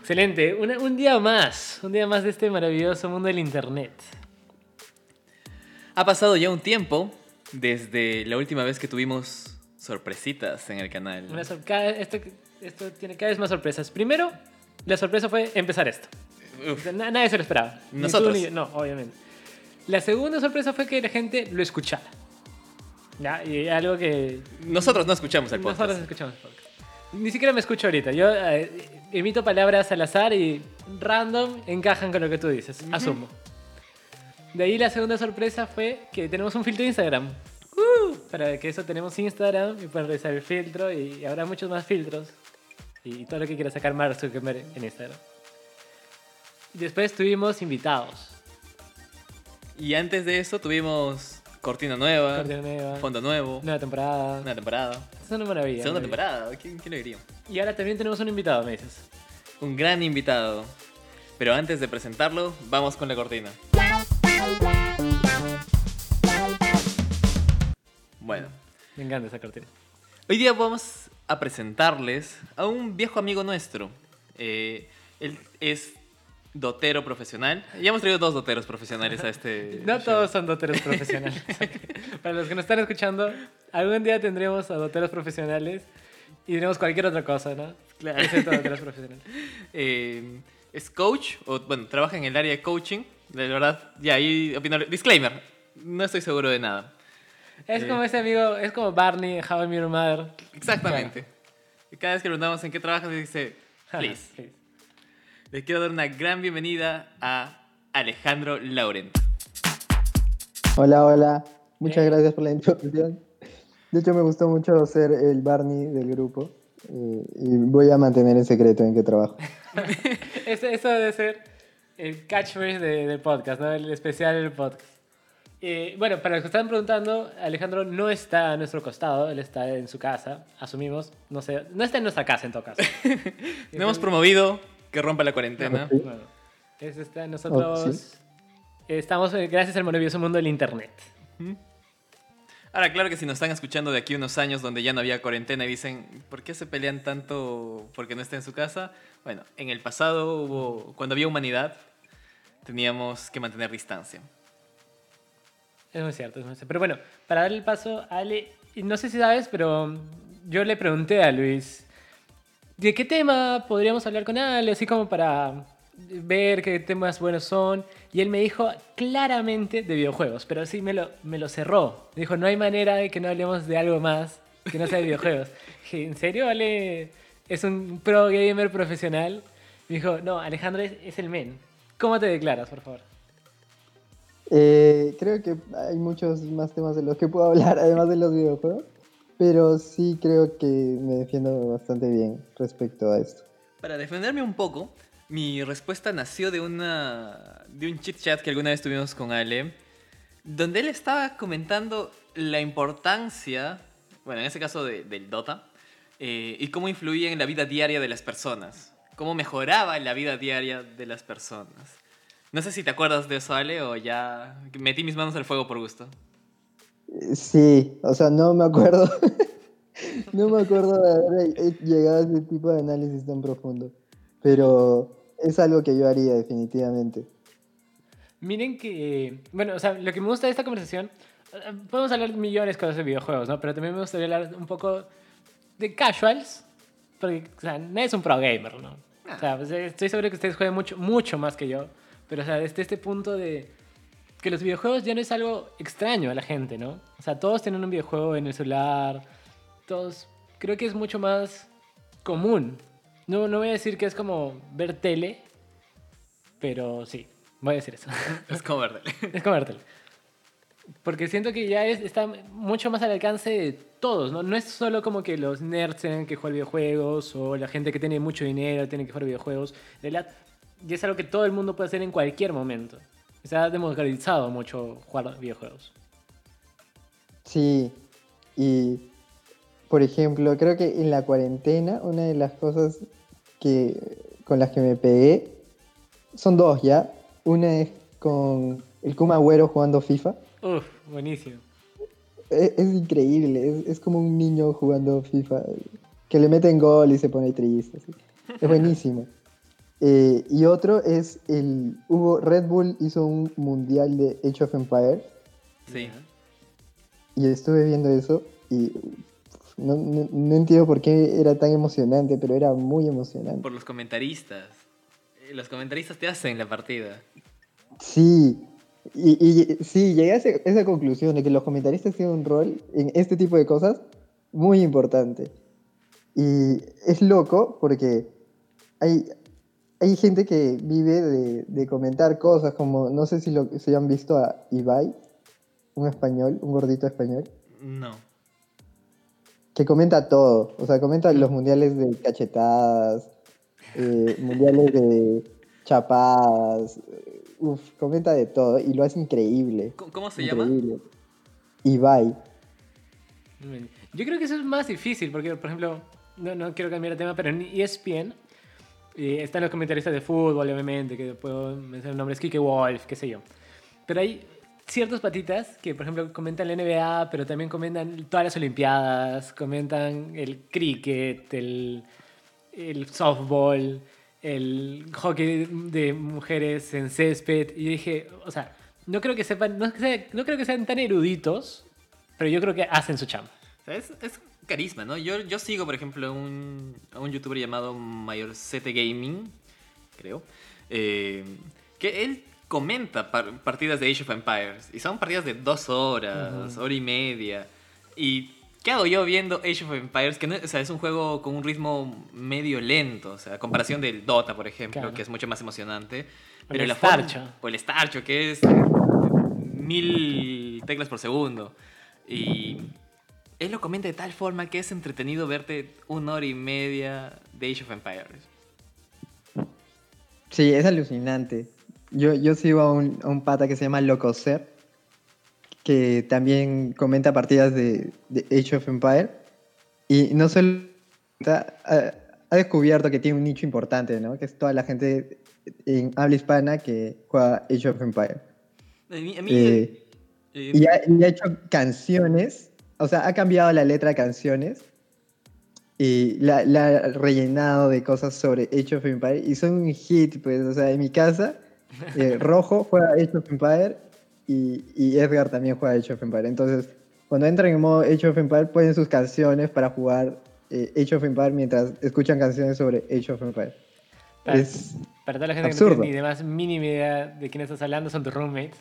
Excelente. Un día más. Un día más de este maravilloso mundo del internet. Ha pasado ya un tiempo desde la última vez que tuvimos sorpresitas en el canal. Esto tiene cada vez más sorpresas. Primero, la sorpresa fue empezar esto. Uf. Nadie se lo esperaba. Ni Nosotros. tú ni yo. No, obviamente. La segunda sorpresa fue que la gente lo escuchara. ¿Ya? Y algo que... Nosotros no escuchamos el podcast. Nosotros escuchamos el podcast. Ni siquiera me escucho ahorita. Yo emito palabras al azar y random encajan con lo que tú dices. Asumo. De ahí la segunda sorpresa fue que tenemos un filtro de Instagram. Para que eso tenemos Instagram y pueden revisar el filtro y habrá muchos más filtros. Y todo lo que quiera sacar Mark Zuckerberg en Instagram. Y después tuvimos invitados. Y antes de eso tuvimos cortina nueva, Cortina nueva, fondo nuevo, nueva temporada. una temporada, Es una maravilla. segunda maravilla. temporada. ¿Quién lo diría? Y ahora también tenemos un invitado, me dices. Un gran invitado. Pero antes de presentarlo, vamos con la cortina. Bueno, Me encanta esa cortina. hoy día vamos a presentarles a un viejo amigo nuestro. Él es dotero profesional. Ya hemos traído 2 doteros profesionales a este No show. todos son doteros profesionales. Para los que nos están escuchando, algún día tendremos a doteros profesionales y diremos cualquier otra cosa, ¿no? Claro. Excepto doteros profesionales. Es coach, o bueno, trabaja en el área de coaching. De verdad, ya ahí opino. Disclaimer, no estoy seguro de nada. Es como ese amigo, es como Barney en How I Met Your Mother. Exactamente. Y cada vez que preguntamos en qué trabajas, dice, please. Please. Les quiero dar una gran bienvenida a Alejandro Laurent. Hola, hola. Muchas Bien. gracias por la introducción. De hecho, me gustó mucho ser el Barney del grupo y voy a mantener en secreto en qué trabajo. Eso debe ser el catchphrase del podcast, ¿no? El especial del podcast. Bueno, para los que están preguntando, Alejandro no está a nuestro costado, él está en su casa, asumimos. No sé, no está en nuestra casa en todo caso. No hemos promovido que rompa la cuarentena. Sí. Bueno, nosotros Oh, sí. estamos gracias al maravilloso mundo del internet. Ahora, claro que si nos están escuchando de aquí unos años donde ya no había cuarentena y dicen, ¿por qué se pelean tanto porque no está en su casa? Bueno, en el pasado cuando había humanidad, teníamos que mantener distancia. Es muy cierto, es muy cierto. Pero bueno, para darle el paso a Ale, y no sé si sabes, pero yo le pregunté a Luis, ¿de qué tema podríamos hablar con Ale? Así como para ver qué temas buenos son. Y él me dijo claramente de videojuegos, pero sí me lo cerró. Me dijo, no hay manera de que no hablemos de algo más que no sea de videojuegos. Dije, ¿en serio, Ale es un pro gamer profesional? Me dijo, no, Alejandro es el men. ¿Cómo te declaras, por favor? Creo que hay muchos más temas de los que puedo hablar, además de los videojuegos, pero sí creo que me defiendo bastante bien respecto a esto. Para defenderme un poco, mi respuesta nació de un chit chat que alguna vez tuvimos con Ale, donde él estaba comentando la importancia, bueno, en ese caso del Dota, y cómo influía en la vida diaria de las personas, cómo mejoraba la vida diaria de las personas. No sé si te acuerdas de eso, Ale, o ya metí mis manos al fuego por gusto. Sí, o sea, no me acuerdo. No me acuerdo de haber llegado a ese tipo de análisis tan profundo, pero es algo que yo haría definitivamente. Miren que, bueno, o sea, lo que me gusta de esta conversación, podemos hablar de millones de cosas de videojuegos, ¿no? Pero también me gustaría hablar un poco de casuals, porque, o sea, nadie es un pro gamer, ¿no? O sea, pues, estoy seguro que ustedes juegan mucho, mucho más que yo, pero, o sea, desde este punto de que los videojuegos ya no es algo extraño a la gente, ¿no? O sea, todos tienen un videojuego en el celular, todos, creo que es mucho más común. No voy a decir que es como ver tele, pero sí, voy a decir eso. Es como verde. Es como ver tele. Porque siento que ya está mucho más al alcance de todos, ¿no? No es solo como que los nerds tienen que jugar videojuegos o la gente que tiene mucho dinero tiene que jugar videojuegos. De verdad, ya es algo que todo el mundo puede hacer en cualquier momento. Se ha democratizado mucho jugar videojuegos. Sí, y por ejemplo, creo que en la cuarentena una de las cosas con las que me pegué son 2 ya. Una es con el Kun Agüero jugando FIFA. Uf, buenísimo. Es increíble, es como un niño jugando FIFA, que le meten gol y se pone triste. Así. Es buenísimo. Y otro es Red Bull hizo un mundial de Age of Empires Sí. y estuve viendo eso y no entiendo por qué era tan emocionante, pero era muy emocionante. Por los comentaristas. Los comentaristas te hacen la partida. Sí, sí, llegué a esa conclusión de que los comentaristas tienen un rol en este tipo de cosas muy importante. Y es loco porque hay, hay gente que vive de comentar cosas como, no sé si han visto a Ibai, un español, un gordito español, No. que comenta todo. O sea, comenta los mundiales de cachetadas, mundiales de chapadas, comenta de todo y lo hace increíble. ¿Cómo se llama? Increíble. Ibai. Yo creo que eso es más difícil, porque, por ejemplo, no quiero cambiar de tema, pero en ESPN están los comentaristas de fútbol, obviamente, que puedo mencionar nombres, Kike Wolf, qué sé yo. Pero hay ciertos patitas que, por ejemplo, comentan la NBA, pero también comentan todas las Olimpiadas, comentan el cricket, el softball, el hockey de mujeres en césped. Y dije, o sea, no creo que sepan, no creo que sean tan eruditos, pero yo creo que hacen su chamba. O sea, es carisma, ¿no? Yo sigo, por ejemplo, a un youtuber llamado Mayorcete Gaming, creo, que él comenta partidas de Age of Empires. Y son partidas de 2 horas, hora y media. ¿Y qué hago yo viendo Age of Empires? Que no, o sea, es un juego con un ritmo medio lento. O sea, a comparación del Dota, por ejemplo, Claro. que es mucho más emocionante. O el la Starcho. O el Starcho, que es 1000 teclas por segundo. Y él lo comenta de tal forma que es entretenido verte 1 hora y media de Age of Empires. Sí, es alucinante. Yo sigo a un pata que se llama Locoser, que también comenta partidas de Age of Empire. Y no solo ha descubierto que tiene un nicho importante, ¿no? Que es toda la gente en habla hispana que juega Age of Empire. A mí Y ha hecho canciones, o sea, ha cambiado la letra de canciones y la ha rellenado de cosas sobre Age of Empire y son un hit, pues, o sea, en mi casa, Rojo juega Age of Empire y Edgar también juega Age of Empire. Entonces, cuando entran en modo Age of Empire, ponen sus canciones para jugar Age of Empire mientras escuchan canciones sobre Age of Empire. Para, Es para toda la gente que no tiene absurdo. ni de más mínima idea de quién estás hablando, son tus roommates.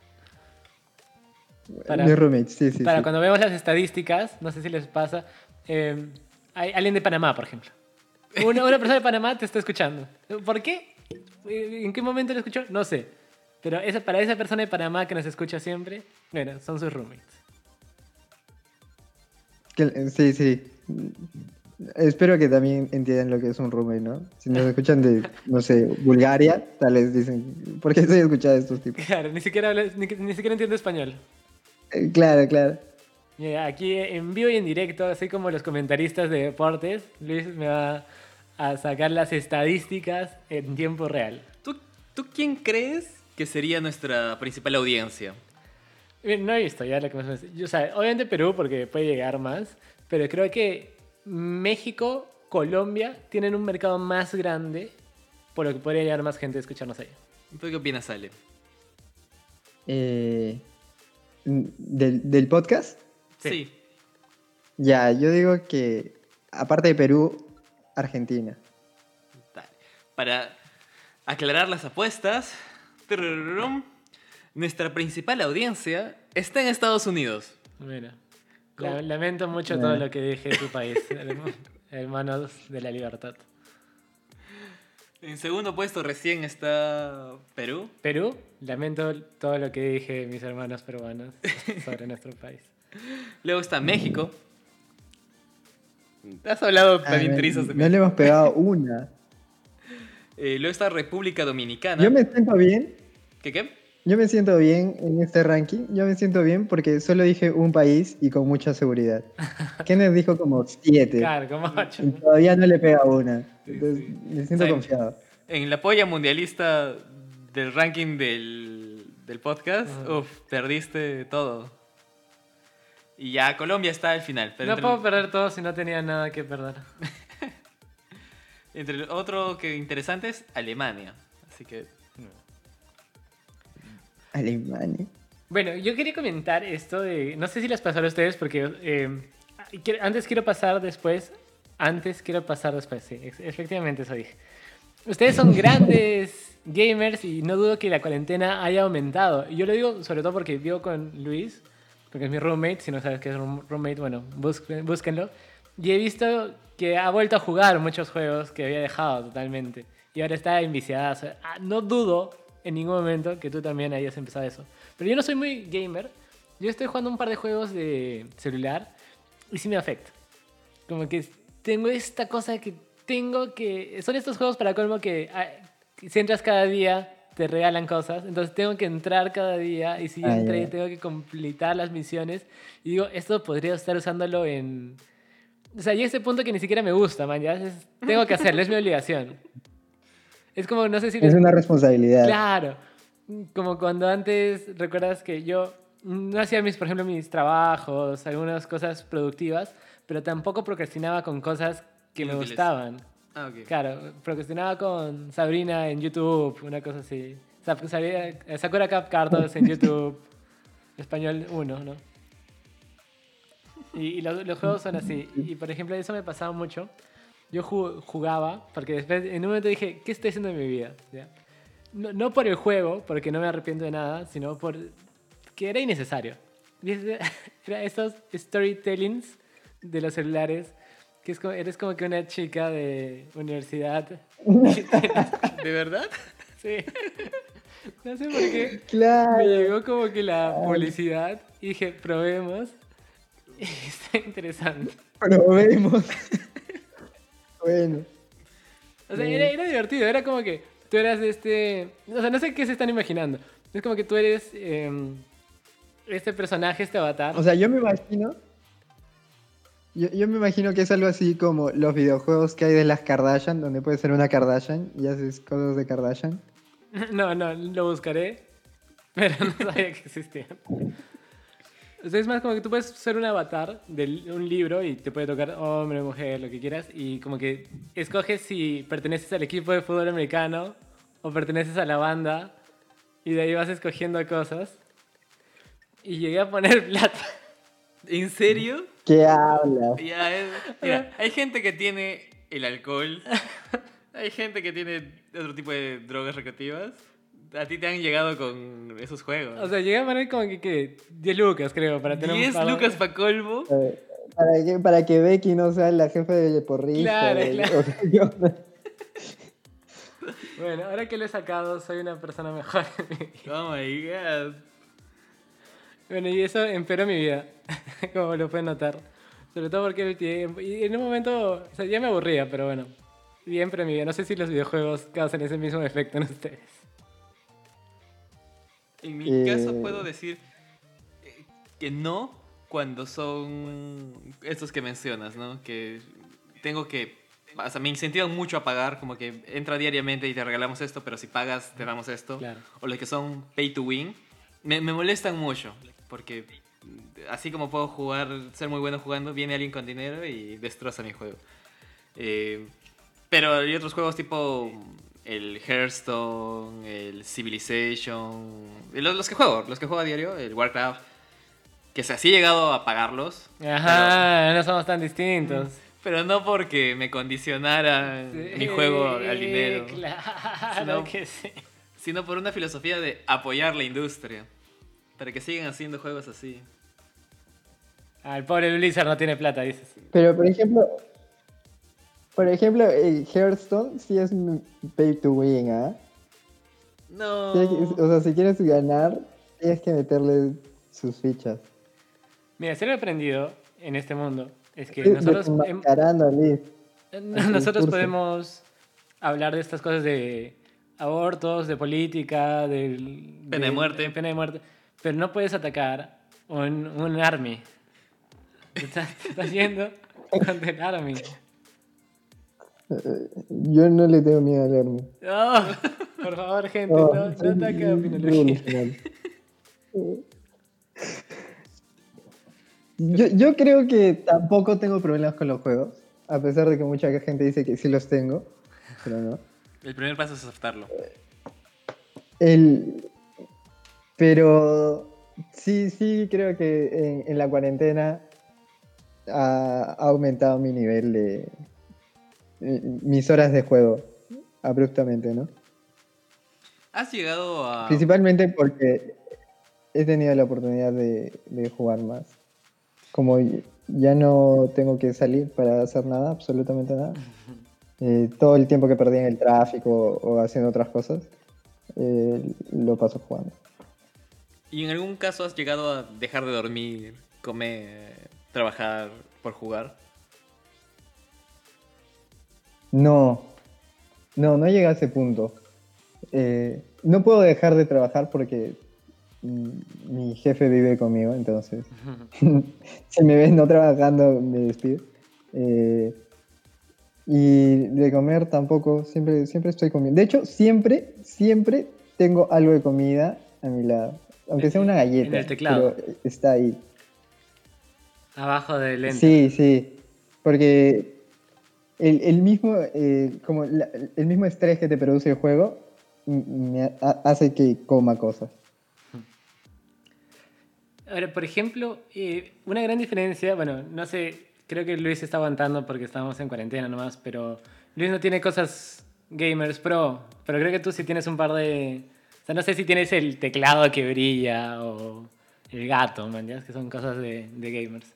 Mi roommate, sí, sí, Para sí. cuando vemos las estadísticas, no sé si les pasa, hay alguien de Panamá, por ejemplo. Una persona de Panamá te está escuchando. ¿Por qué? ¿En qué momento lo escuchó? No sé. Pero para esa persona de Panamá que nos escucha siempre, bueno, son sus roommates. Sí, sí. Espero que también entiendan lo que es un roommate, ¿no? Si nos escuchan de, no sé, Bulgaria, tal vez dicen, ¿por qué estoy escuchando a estos tipos? Claro, ni siquiera, ni siquiera entiendo español. Claro, claro. Mira, aquí en vivo y en directo, así como los comentaristas de deportes, Luis me va a sacar las estadísticas en tiempo real. ¿Tú quién crees que sería nuestra principal audiencia? No he visto ya lo que más o sea, obviamente Perú porque puede llegar más, pero creo que México, Colombia tienen un mercado más grande por lo que podría llegar más gente a escucharnos ahí. ¿Tú qué opinas, Ale? Del podcast, Sí. ya, yo digo que, aparte de Perú, Argentina. Dale. Para aclarar las apuestas, turururum, nuestra principal audiencia está en Estados Unidos. Mira, ¿Cómo? lamento mucho todo lo que dije de tu país, hermanos de la libertad. En segundo puesto recién está Perú. Perú, lamento todo lo que dije de mis hermanos peruanos sobre nuestro país. Luego está México. Has hablado también trizos de No le México. hemos pegado una. Luego está República Dominicana. Yo me siento bien. ¿Qué? Yo me siento bien en este ranking. Yo me siento bien porque solo dije un país y con mucha seguridad. Kenneth dijo como 7 Claro, como 8. y todavía no le pega una. Sí, Entonces sí. me siento O sea, confiado. En la polla mundialista del ranking del podcast, perdiste todo. Y ya Colombia está al final. Pero No entre- puedo perder todo si no tenía nada que perder. Entre otro que interesante es Alemania. Así que... Alemania. Bueno, yo quería comentar esto de... No sé si les pasó a ustedes porque... antes quiero pasar después. Antes quiero pasar después, sí. Efectivamente eso dije. Ustedes son grandes gamers y no dudo que la cuarentena haya aumentado. Y yo lo digo sobre todo porque vivo con Luis, porque es mi roommate. Si no sabes qué es un roommate, bueno, búsquenlo. Y he visto que ha vuelto a jugar muchos juegos que había dejado totalmente. Y ahora está enviciada. O sea, no dudo en ningún momento que tú también hayas empezado eso. Pero yo no soy muy gamer. Yo estoy jugando un par de juegos de celular y sí me afecta. Como que tengo esta cosa que tengo que... Son estos juegos para colmo que si entras cada día te regalan cosas. Entonces tengo que entrar cada día y si ya entré Ya. tengo que completar las misiones. Y digo, esto podría estar usándolo en... O sea, ya a ese punto que ni siquiera me gusta, man. Tengo que hacerlo, es mi obligación. Es como, no sé si... Es una responsabilidad. Claro. Como cuando antes, recuerdas que yo no hacía por ejemplo, mis trabajos, algunas cosas productivas, pero tampoco procrastinaba con cosas que me Inútiles. gustaban. Ah, ok. Claro, procrastinaba con Sabrina en YouTube, una cosa así. Sakura Cap Cartos en YouTube, español 1, ¿no? Y los juegos son así. Y por ejemplo, eso me pasaba mucho. Yo jugaba, porque después en un momento dije, ¿qué estoy haciendo en mi vida? ¿Ya? No por el juego, porque no me arrepiento de nada, sino por que era innecesario. Y era esos storytellings de los celulares, que eres como que una chica de universidad. ¿De verdad? Sí. No sé por qué. Claro. Me llegó como que la publicidad y dije, probemos. Y está interesante. Probemos. Bueno. O sea, era divertido, era como que tú eras o sea, no sé qué se están imaginando. Es como que tú eres este personaje, este avatar. O sea, yo me imagino. Yo me imagino que es algo así como los videojuegos que hay de las Kardashian, donde puedes ser una Kardashian y haces cosas de Kardashian. No, lo buscaré, pero no sabía que existía. O sea, es más como que tú puedes ser un avatar de un libro y te puede tocar hombre, mujer, lo que quieras. Y como que escoges si perteneces al equipo de fútbol americano o perteneces a la banda. Y de ahí vas escogiendo cosas. Y llegué a poner plata. ¿En serio? ¿Qué hablas? Mira, hay gente que tiene el alcohol. Hay gente que tiene otro tipo de drogas recreativas. A ti te han llegado con esos juegos. O sea, llegué a poner como que 10 lucas, creo, para tener 10 un par de- lucas para colmo. Para que Becky no sea la jefa de porrista. Claro, claro. O sea, ¿qué onda? Bueno, ahora que lo he sacado, soy una persona mejor en mi vida. Oh my god. Bueno, y eso empeoró mi vida, como lo pueden notar. Sobre todo porque el tiempo... Y en un momento, o sea, ya me aburría, pero bueno. Bien, pero mi vida. No sé si los videojuegos causan ese mismo efecto en ustedes. En mi caso puedo decir que no cuando son estos que mencionas, ¿no? Que tengo que... O sea, me incentivan mucho a pagar, como que entra diariamente y te regalamos esto, pero si pagas te damos esto. Claro. O los que son pay to win. Me molestan mucho, porque así como puedo jugar, ser muy bueno jugando, viene alguien con dinero y destroza mi juego. Pero hay otros juegos tipo el Hearthstone, el Civilization, los que juego a diario, el Warcraft, que se así he llegado a pagarlos. Ajá, no somos tan distintos. Pero no porque me condicionara mi juego al dinero, Claro Sino- que sí. sino por una filosofía de apoyar la industria, para que sigan haciendo juegos así. Ah, el pobre Blizzard no tiene plata, dices. Pero por ejemplo, el Hearthstone sí es un pay to win, ¿ah? No. O sea, si quieres ganar, tienes que meterle sus fichas. Mira, si algo he aprendido en este mundo es que Desenmascarando a Liz. nosotros curso. podemos hablar de estas cosas de abortos, de política, Pena de muerte. pena de muerte, pero no puedes atacar un army. Te estás yendo contra el army. Yo no le tengo miedo al army. Oh, por favor, gente, No, no soy ataque a Pinología. revolucionario. Yo creo que tampoco tengo problemas con los juegos, a pesar de que mucha gente dice que sí los tengo. pero no. El primer paso es aceptarlo. El, pero sí creo que en la cuarentena ha aumentado mi nivel de mis horas de juego abruptamente, ¿no? ¿Has llegado a... Principalmente porque he tenido la oportunidad de jugar más. Como ya no tengo que salir para hacer nada, absolutamente nada, todo el tiempo que perdí en el tráfico o haciendo otras cosas, lo paso jugando. ¿Y en algún caso has llegado a dejar de dormir, comer, trabajar por jugar? No, no llegué a ese punto. No puedo dejar de trabajar porque mi jefe vive conmigo, entonces si me ves no trabajando me despido. Eh, y de comer tampoco, siempre estoy comiendo. De hecho, siempre tengo algo de comida a mi lado. Aunque sea una En galleta, el teclado, pero está ahí. abajo del enter. Sí, porque el mismo, el mismo estrés que te produce el juego hace que coma cosas. Ahora, por ejemplo, una gran diferencia, bueno, no sé, creo que Luis está aguantando porque estábamos en cuarentena nomás, pero Luis no tiene cosas gamers pro, pero creo que tú sí tienes un par de... O sea, no sé si tienes el teclado que brilla o el gato, man, ¿ya? Que son cosas de gamers.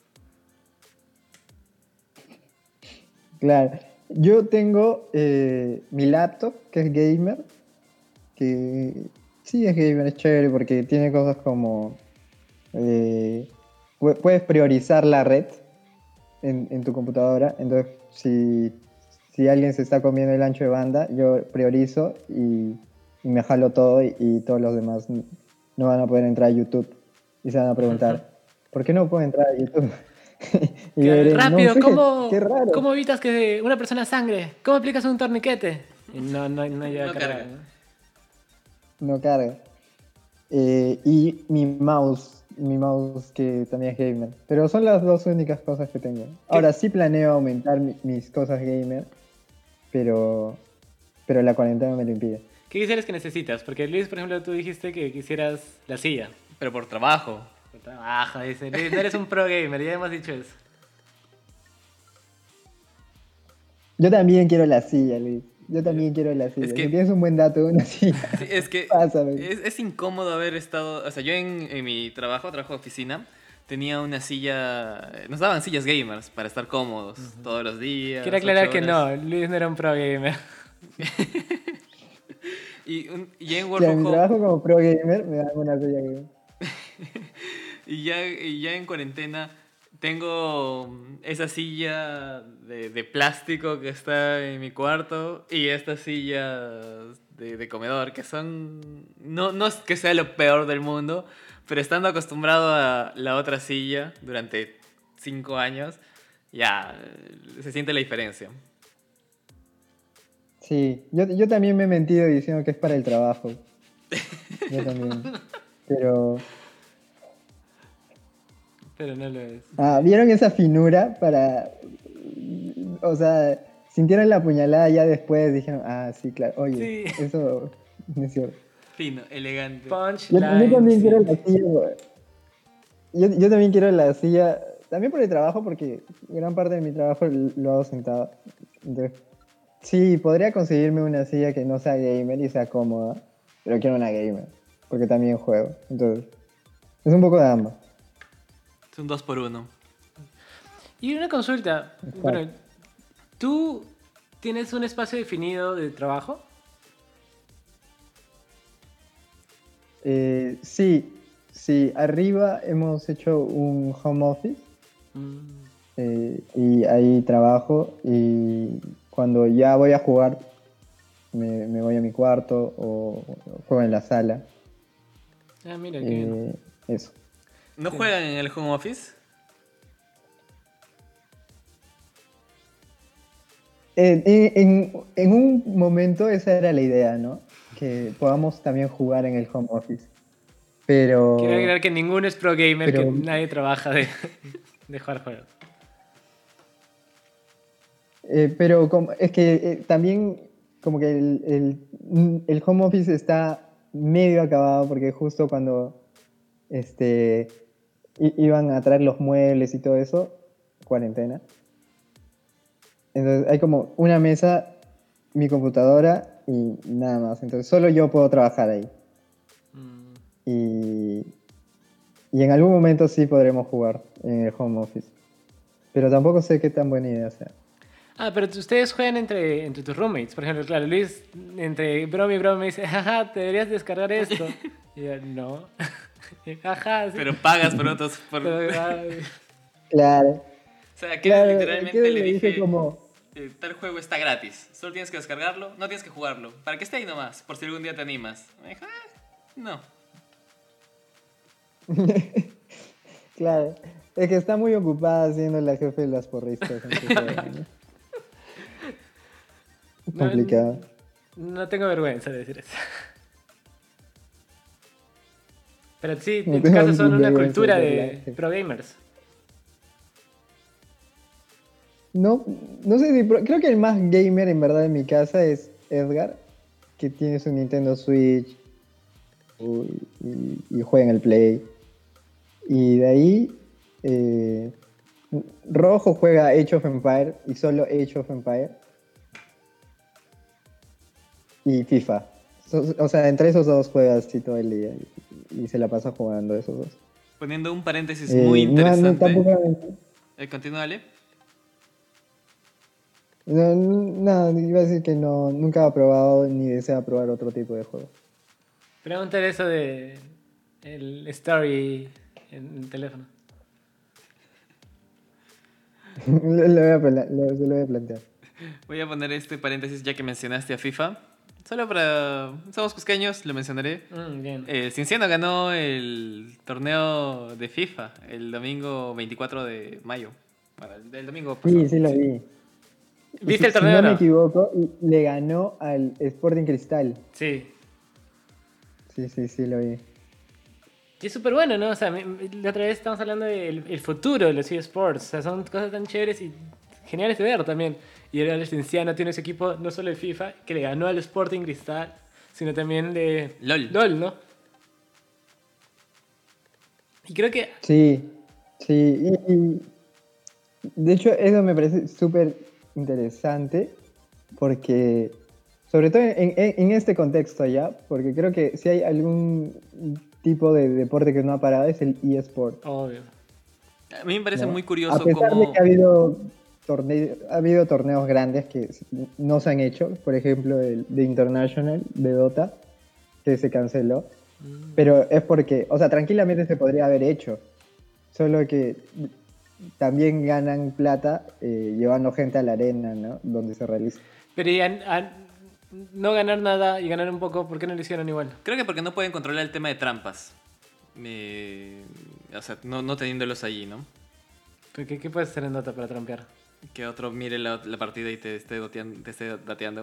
Claro. Yo tengo mi laptop, que es gamer, que sí es gamer, es chévere porque tiene cosas como... puedes priorizar la red en tu computadora, entonces si alguien se está comiendo el ancho de banda, yo priorizo y me jalo todo y todos los demás no van a poder entrar a YouTube y se van a preguntar, ¿por qué no puedo entrar a YouTube? Y yo diré, no Rápido, sé, qué raro. ¿cómo evitas que una persona sangre? ¿Cómo aplicas un torniquete? Y no llega No a cargar, carga. ¿no? No carga. Y mi mouse que también es gamer. Pero son las dos únicas cosas que tengo. Ahora sí planeo aumentar mis cosas gamer, pero, pero la cuarentena me lo impide. ¿Qué quisieras que necesitas? Porque Luis, por ejemplo, tú dijiste que quisieras la silla. Pero por trabajo. Por trabajo, dice. Luis, no eres un pro gamer, ya hemos dicho eso. Yo también quiero la silla, Luis. Yo también quiero la silla. Es Si que, tienes un buen dato de una silla, sí, es que pásame. es incómodo haber estado... O sea, yo en mi trabajo de oficina, tenía una silla... Nos daban sillas gamers para estar cómodos todos los días. Quiero aclarar 8 que horas. no, Luis no era un pro gamer. Y en Work Claro, from mi Home... trabajo como pro gamer me dan una silla gamer. Y ya en cuarentena tengo esa silla de plástico que está en mi cuarto y estas sillas de comedor que son... No es que sea lo peor del mundo, pero estando acostumbrado a la otra silla durante 5 años, ya se siente la diferencia. Sí, yo también me he mentido diciendo que es para el trabajo. Yo también. Pero... Pero no lo es. ¿vieron esa finura para... O sea, sintieron la puñalada ya después, dijeron, sí, claro, oye, Sí. eso no es cierto. Fino, elegante. Yo Punchline, también sí. quiero la silla, güey. Yo también quiero la silla, también por el trabajo, porque gran parte de mi trabajo lo hago sentado. Entonces, sí, podría conseguirme una silla que no sea gamer y sea cómoda, pero quiero una gamer, porque también juego. Entonces, es un poco de ambas. Es un 2x1. Y una consulta. Exacto. Bueno, ¿tú tienes un espacio definido de trabajo? Sí, arriba hemos hecho un home office Mm. y ahí trabajo y cuando ya voy a jugar me voy a mi cuarto o juego en la sala. Ah, mira, qué bien. Eso. ¿No Sí. juegan en el home office? En un momento esa era la idea, ¿no? Que podamos también jugar en el home office. Quiero Pero, agregar que ninguno es pro gamer, que pero nadie trabaja de jugar juegos. es que también como que el home office está medio acabado porque justo cuando iban a traer los muebles y todo eso, cuarentena. Entonces hay como una mesa, mi computadora y nada más. Entonces solo yo puedo trabajar ahí. Mm. Y, y en algún momento sí podremos jugar en el home office. Pero tampoco sé qué tan buena idea sea. Ah, pero ustedes juegan entre tus roommates. Por ejemplo, claro, Luis, entre broma y broma, me dice, jaja, te deberías descargar esto. Y yo, no. Y, jaja, sí. Pero pagas por otros. Pero, ay, Claro, O sea, que claro. literalmente Que le le dije dije, como... tal juego está gratis. Solo tienes que descargarlo, no tienes que jugarlo. Para que esté ahí nomás, por si algún día te animas. Me dijo, no. Claro. Es que está muy ocupada siendo la jefe de las porristas en su juego, ¿no? no, Complicado. no tengo vergüenza de decir eso. Pero sí, No en tu tengo caso son una vergüenza cultura ser la de jefe. pro gamers. No, no sé si... Creo que el más gamer en verdad en mi casa es Edgar, que tiene su Nintendo Switch y juega en el Play. Y de ahí, eh, Rojo juega Age of Empire y solo Age of Empire y FIFA. O sea, entre esos dos juega así todo el día y se la pasa jugando esos dos. Poniendo un paréntesis muy No, no, interesante. tampoco... Continúale. No, no, iba a decir que no, nunca ha probado ni desea probar otro tipo de juego. Pregúntale eso de el story en el teléfono. Se lo voy a plantear. Voy a poner este paréntesis ya que mencionaste a FIFA. Solo para... Somos cusqueños, lo mencionaré. Bien. Cienciano ganó el torneo de FIFA el domingo 24 de mayo. Bueno, el domingo pasado. Sí, sí lo vi. Y ¿Viste el si torneo o no me no? equivoco, le ganó al Sporting Cristal. Sí. Sí, lo vi. Y es súper bueno, ¿no? O sea, la otra vez estamos hablando del el futuro de los eSports. O sea, son cosas tan chéveres y geniales de ver también. Y ahora el Cienciano tiene ese equipo, no solo de FIFA, que le ganó al Sporting Cristal, sino también de LOL. ¿no? Y creo que... Sí, sí. De hecho, eso me parece súper interesante porque, sobre todo en este contexto ya, porque creo que si hay algún tipo de deporte que no ha parado es el eSport. Obvio. A mí me parece ¿No? muy A curioso pesar de que cómo... ha habido torneos grandes que no se han hecho, por ejemplo el de International de Dota, que se canceló, pero es porque, o sea, tranquilamente se podría haber hecho, solo que también ganan plata llevando gente a la arena, ¿no? Donde se realiza. Pero y no ganar nada y ganar un poco, ¿por qué no lo hicieron igual? Creo que porque no pueden controlar el tema de trampas. O sea, no teniéndolos allí, ¿no? ¿Qué puedes hacer en Dota para trampear? Que otro mire la partida y te esté dateando.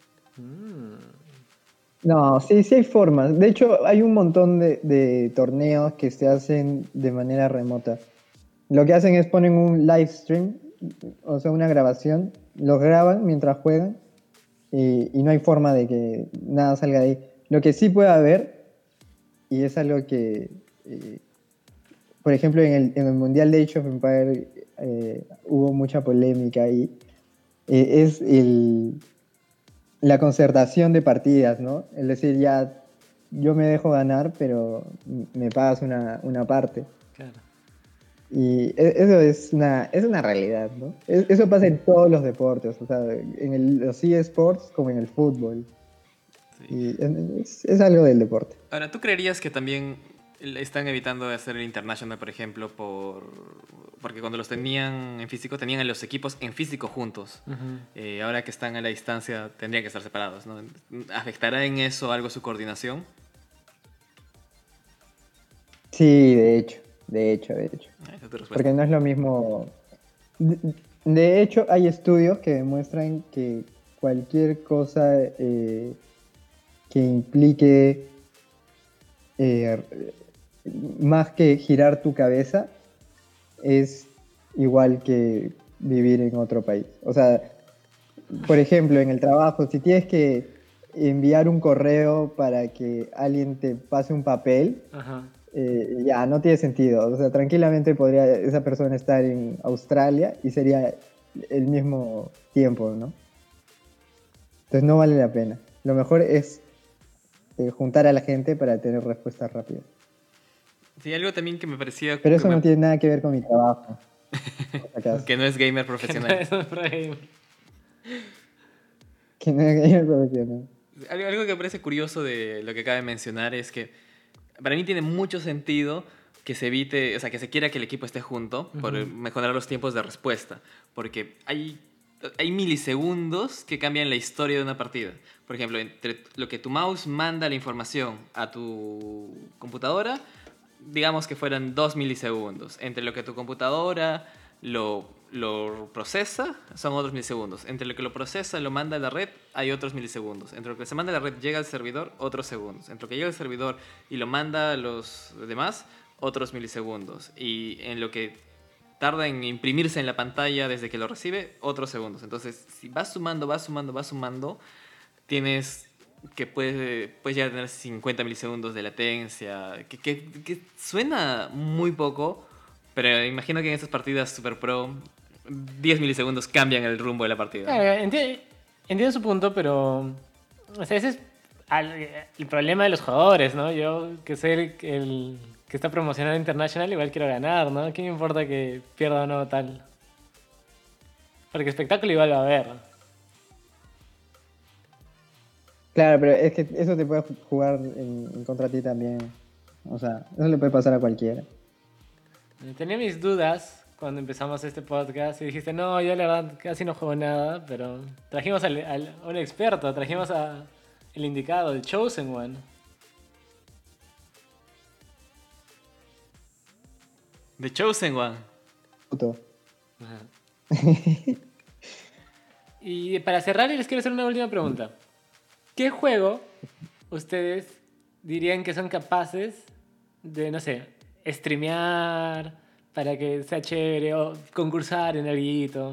No, sí hay formas. De hecho, hay un montón de torneos que se hacen de manera remota. Lo que hacen es ponen un live stream, o sea, una grabación, los graban mientras juegan y no hay forma de que nada salga de ahí. Lo que sí puede haber, y es algo que, por ejemplo, en el Mundial de Age of Empires hubo mucha polémica ahí, es la concertación de partidas, ¿no? Es decir, ya yo me dejo ganar, pero me pagas una parte. Claro. Y eso es una realidad, ¿no? Eso pasa en todos los deportes, o sea, los eSports como en el fútbol. Sí. Y es algo del deporte. Ahora, ¿tú creerías que también están evitando de hacer el International, por ejemplo, porque cuando los tenían en físico, tenían a los equipos en físico juntos? Ahora que están a la distancia, tendrían que estar separados, ¿no? ¿Afectará en eso algo su coordinación? Sí, de hecho. Esa es tu respuesta. Porque no es lo mismo. De hecho, hay estudios que demuestran que cualquier cosa que implique eh, más que girar tu cabeza es igual que vivir en otro país. O sea, por ejemplo, en el trabajo, si tienes que enviar un correo para que alguien te pase un papel, Ajá. ya no tiene sentido. O sea, tranquilamente podría esa persona estar en Australia y sería el mismo tiempo, ¿no? Entonces no vale la pena. Lo mejor es juntar a la gente para tener respuestas rápidas. Sí, algo también que me parecía Pero eso no tiene nada que ver con mi trabajo, por si acaso. que no es gamer Que no profesional. es un frame. Que no es profesional. Algo que me parece curioso de lo que acaba de mencionar es que para mí tiene mucho sentido que se evite, o sea, que se quiera que el equipo esté junto por Ujú. mejorar los tiempos de respuesta. Porque hay milisegundos que cambian la historia de una partida. Por ejemplo, entre lo que tu mouse manda la información a tu computadora, digamos que fueran 2 milisegundos. Entre lo que tu computadora lo procesa, son otros milisegundos. Entre lo que lo procesa, lo manda a la red, hay otros milisegundos. Entre lo que se manda a la red, llega al servidor, otros segundos. Entre lo que llega al servidor y lo manda a los demás, otros milisegundos. Y en lo que tarda en imprimirse en la pantalla desde que lo recibe, otros segundos. Entonces, si vas sumando, tienes que puedes llegar a tener 50 milisegundos de latencia, que suena muy poco, pero imagino que en estas partidas Super Pro 10 milisegundos cambian el rumbo de la partida. Claro, entiendo su punto, pero. O sea, ese es el problema de los jugadores, ¿no? Yo, que soy el que está promocionando International, igual quiero ganar, ¿no? ¿Qué me importa que pierda o no tal? Porque espectáculo igual va a haber. Claro, pero es que eso te puede jugar en contra ti también. O sea, eso le puede pasar a cualquiera. Tenía mis dudas cuando empezamos este podcast y dijiste, no, yo la verdad casi no juego nada, pero trajimos a un experto, trajimos a el indicado, el Chosen One. The Chosen One. Puto. Ajá. Y para cerrar, les quiero hacer una última pregunta. ¿Qué juego ustedes dirían que son capaces de, no sé, streamear para que sea chévere o concursar en algo?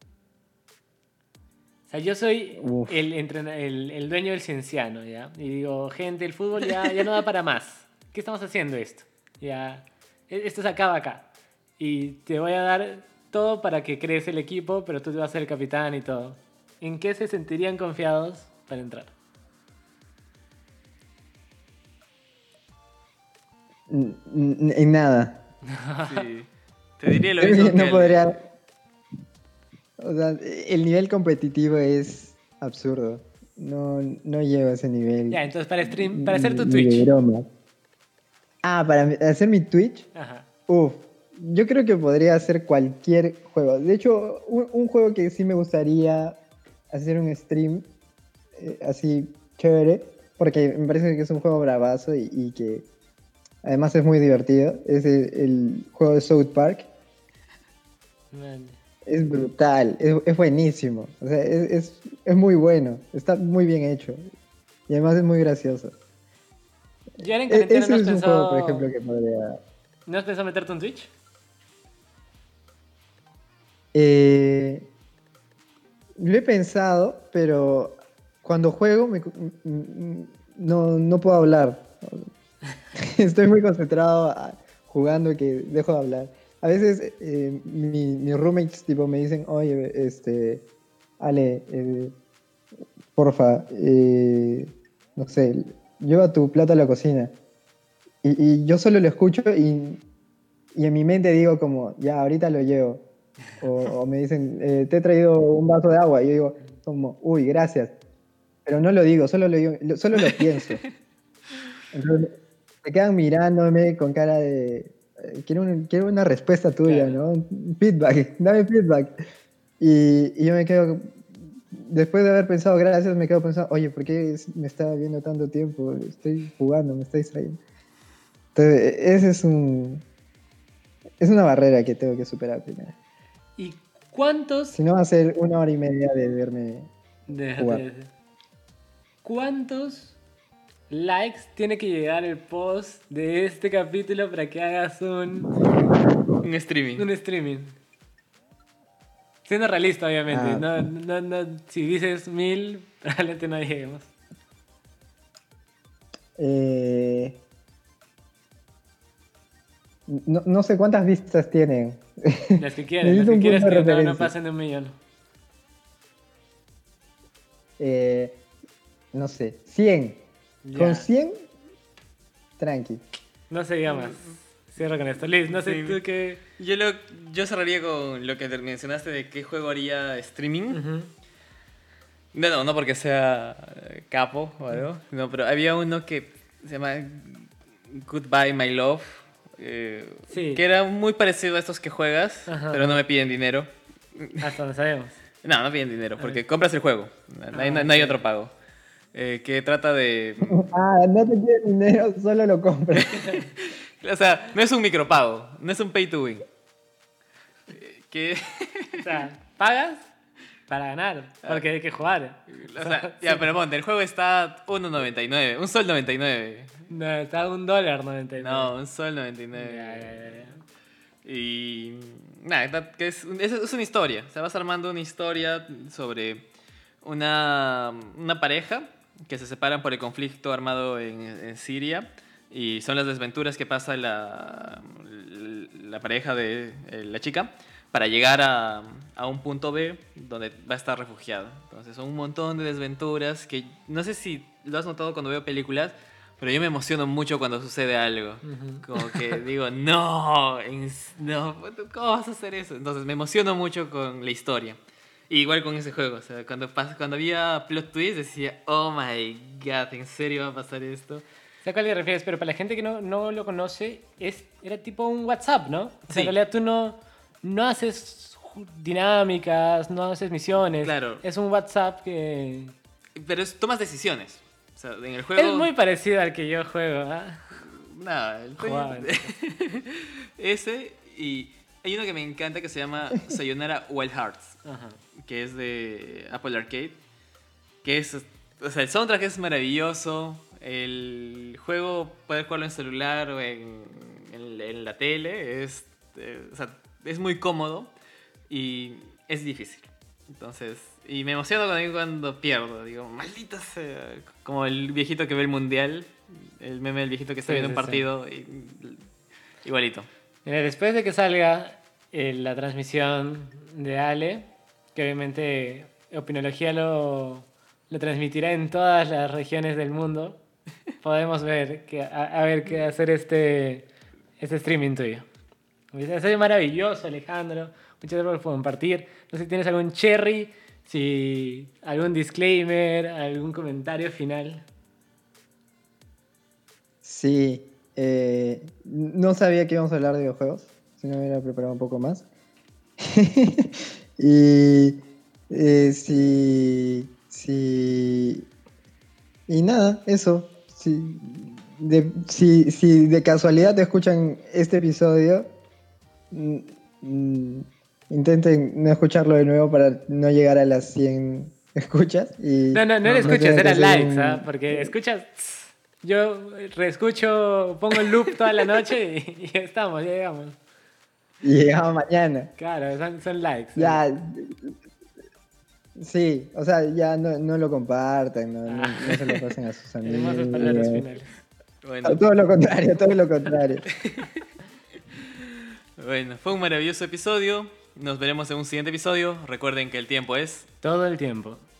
O sea, yo soy Uf. el dueño del Cienciano, ¿ya? Y digo, gente, el fútbol ya no da para más. ¿Qué estamos haciendo esto? Ya, esto se acaba acá. Y te voy a dar todo para que crees el equipo, pero tú te vas a ser el capitán y todo. ¿En qué se sentirían confiados para entrar? En nada. Sí. Te diría lo Creo mismo que que no Ale. podría. O sea, el nivel competitivo es absurdo. No llego a ese nivel. Ya, entonces para hacer tu Ni de Twitch. broma. Ah, para hacer mi Twitch. Ajá. Uf, yo creo que podría hacer cualquier juego. De hecho, un juego que sí me gustaría hacer un stream así chévere, porque me parece que es un juego bravazo y que además es muy divertido, es el juego de South Park. Man. Es brutal, es buenísimo. O sea, es muy bueno, está muy bien hecho. Y además es muy gracioso. ¿Y ahora en cuarentena Ese es un juego, por ejemplo, que podría... no has pensado meterte un Twitch? Eh, lo he pensado, pero cuando juego no puedo hablar. Estoy muy concentrado jugando que dejo de hablar. A veces mis roommates tipo me dicen, oye, Ale, porfa, no sé, lleva tu plato a la cocina. Y yo solo lo escucho y en mi mente digo como, ya, ahorita lo llevo. O me dicen, te he traído un vaso de agua. Y yo digo, como, uy, gracias. Pero no lo digo, solo lo pienso. Entonces, se quedan mirándome con cara de, quiero una respuesta tuya, Claro. ¿no? Un feedback, dame feedback. Y yo me quedo, después de haber pensado gracias, me quedo pensando, oye, ¿por qué me está viendo tanto tiempo? Estoy jugando, me está distrayendo. Entonces, es una barrera que tengo que superar primero. ¿Y cuántos Si no, va a ser 1 hora y media de verme jugar. de, cuántos likes tiene que llegar el post de este capítulo para que hagas Un streaming. un streaming? Siendo realista, obviamente. Ah. Si dices 1000, probablemente no lleguemos. No sé cuántas vistas tienen. Las que quieres, Necesito un punto de que no referencia. pasen de 1.000.000. No sé, 100. Ya. Con 100, tranqui. No se diga más. Cierro con esto. Liz, no sé Sí. tú qué... Yo cerraría con lo que mencionaste de qué juego haría streaming. Ujú. No porque sea capo o algo. No, pero había uno que se llama Goodbye My Love. Sí. Que era muy parecido a estos que juegas, Ajá. pero no me piden dinero. Hasta donde sabemos. No piden dinero, porque compras el juego. No hay ok. otro pago. Que trata de... Ah, no te piden dinero, solo lo compras. O sea, no es un micropago, no es un pay to win. Que... O sea, pagas para ganar, porque hay que jugar. O sea, ya, pero ponte, el juego está 1.99, un sol 99. No, está $1.99. No, un sol 99. Ya. Y nada, que es una historia. O sea, vas armando una historia sobre una pareja que se separan por el conflicto armado en Siria. Y son las desventuras que pasa la pareja de la chica para llegar a un punto B donde va a estar refugiada. Entonces son un montón de desventuras que no sé si lo has notado cuando veo películas, pero yo me emociono mucho cuando sucede algo. Ujú. Como que digo, no, ¿cómo vas a hacer eso? Entonces me emociono mucho con la historia. Y igual con ese juego, o sea, cuando había plot twist decía, oh my god, ¿en serio va a pasar esto? Sé a cuál te refieres, pero para la gente que no lo conoce, era tipo un WhatsApp, ¿no? O sea, Sí. en realidad tú no haces dinámicas, no haces misiones. Claro. Es un WhatsApp que... Pero tomas decisiones. O sea, en el juego... Es muy parecido al que yo juego, ¿ah? Nada, Jugaba. ese y hay uno que me encanta que se llama Sayonara Wild Hearts, Ajá. que es de Apple Arcade, que es, o sea, el soundtrack es maravilloso, el juego puedes jugarlo en celular o en la tele, o sea, es muy cómodo y es difícil. Entonces, y me emociono cuando pierdo, digo, maldita sea, como el viejito que ve el mundial, el meme del viejito que está Sí, viendo un sí, partido, igualito. Mira, después de que salga la transmisión de Ale, que obviamente Opinología lo transmitirá en todas las regiones del mundo, podemos ver a ver qué hacer este streaming tuyo. Ha sido maravilloso, Alejandro. Muchas gracias por compartir. No sé si tienes algún cherry, si algún disclaimer, algún comentario final. Sí, no sabía que íbamos a hablar de videojuegos, si no me hubiera preparado un poco más. Y y nada, eso. Si de casualidad te escuchan este episodio, mm, mm, intenten no escucharlo de nuevo para no llegar a las 100 escuchas. Y No le escuches, tengan que eran hacer likes, ¿ah? Porque escuchas. Yo reescucho, pongo el loop toda la noche y ya estamos, ya llegamos. Y llegamos mañana. Claro, son likes. Ya, sí, o sea, ya no lo compartan, no se lo pasen a sus amigos. Hermosas palabras finales. Bueno, Todo lo contrario, todo lo contrario. bueno, fue un maravilloso episodio. Nos veremos en un siguiente episodio. Recuerden que el tiempo es... Todo el tiempo.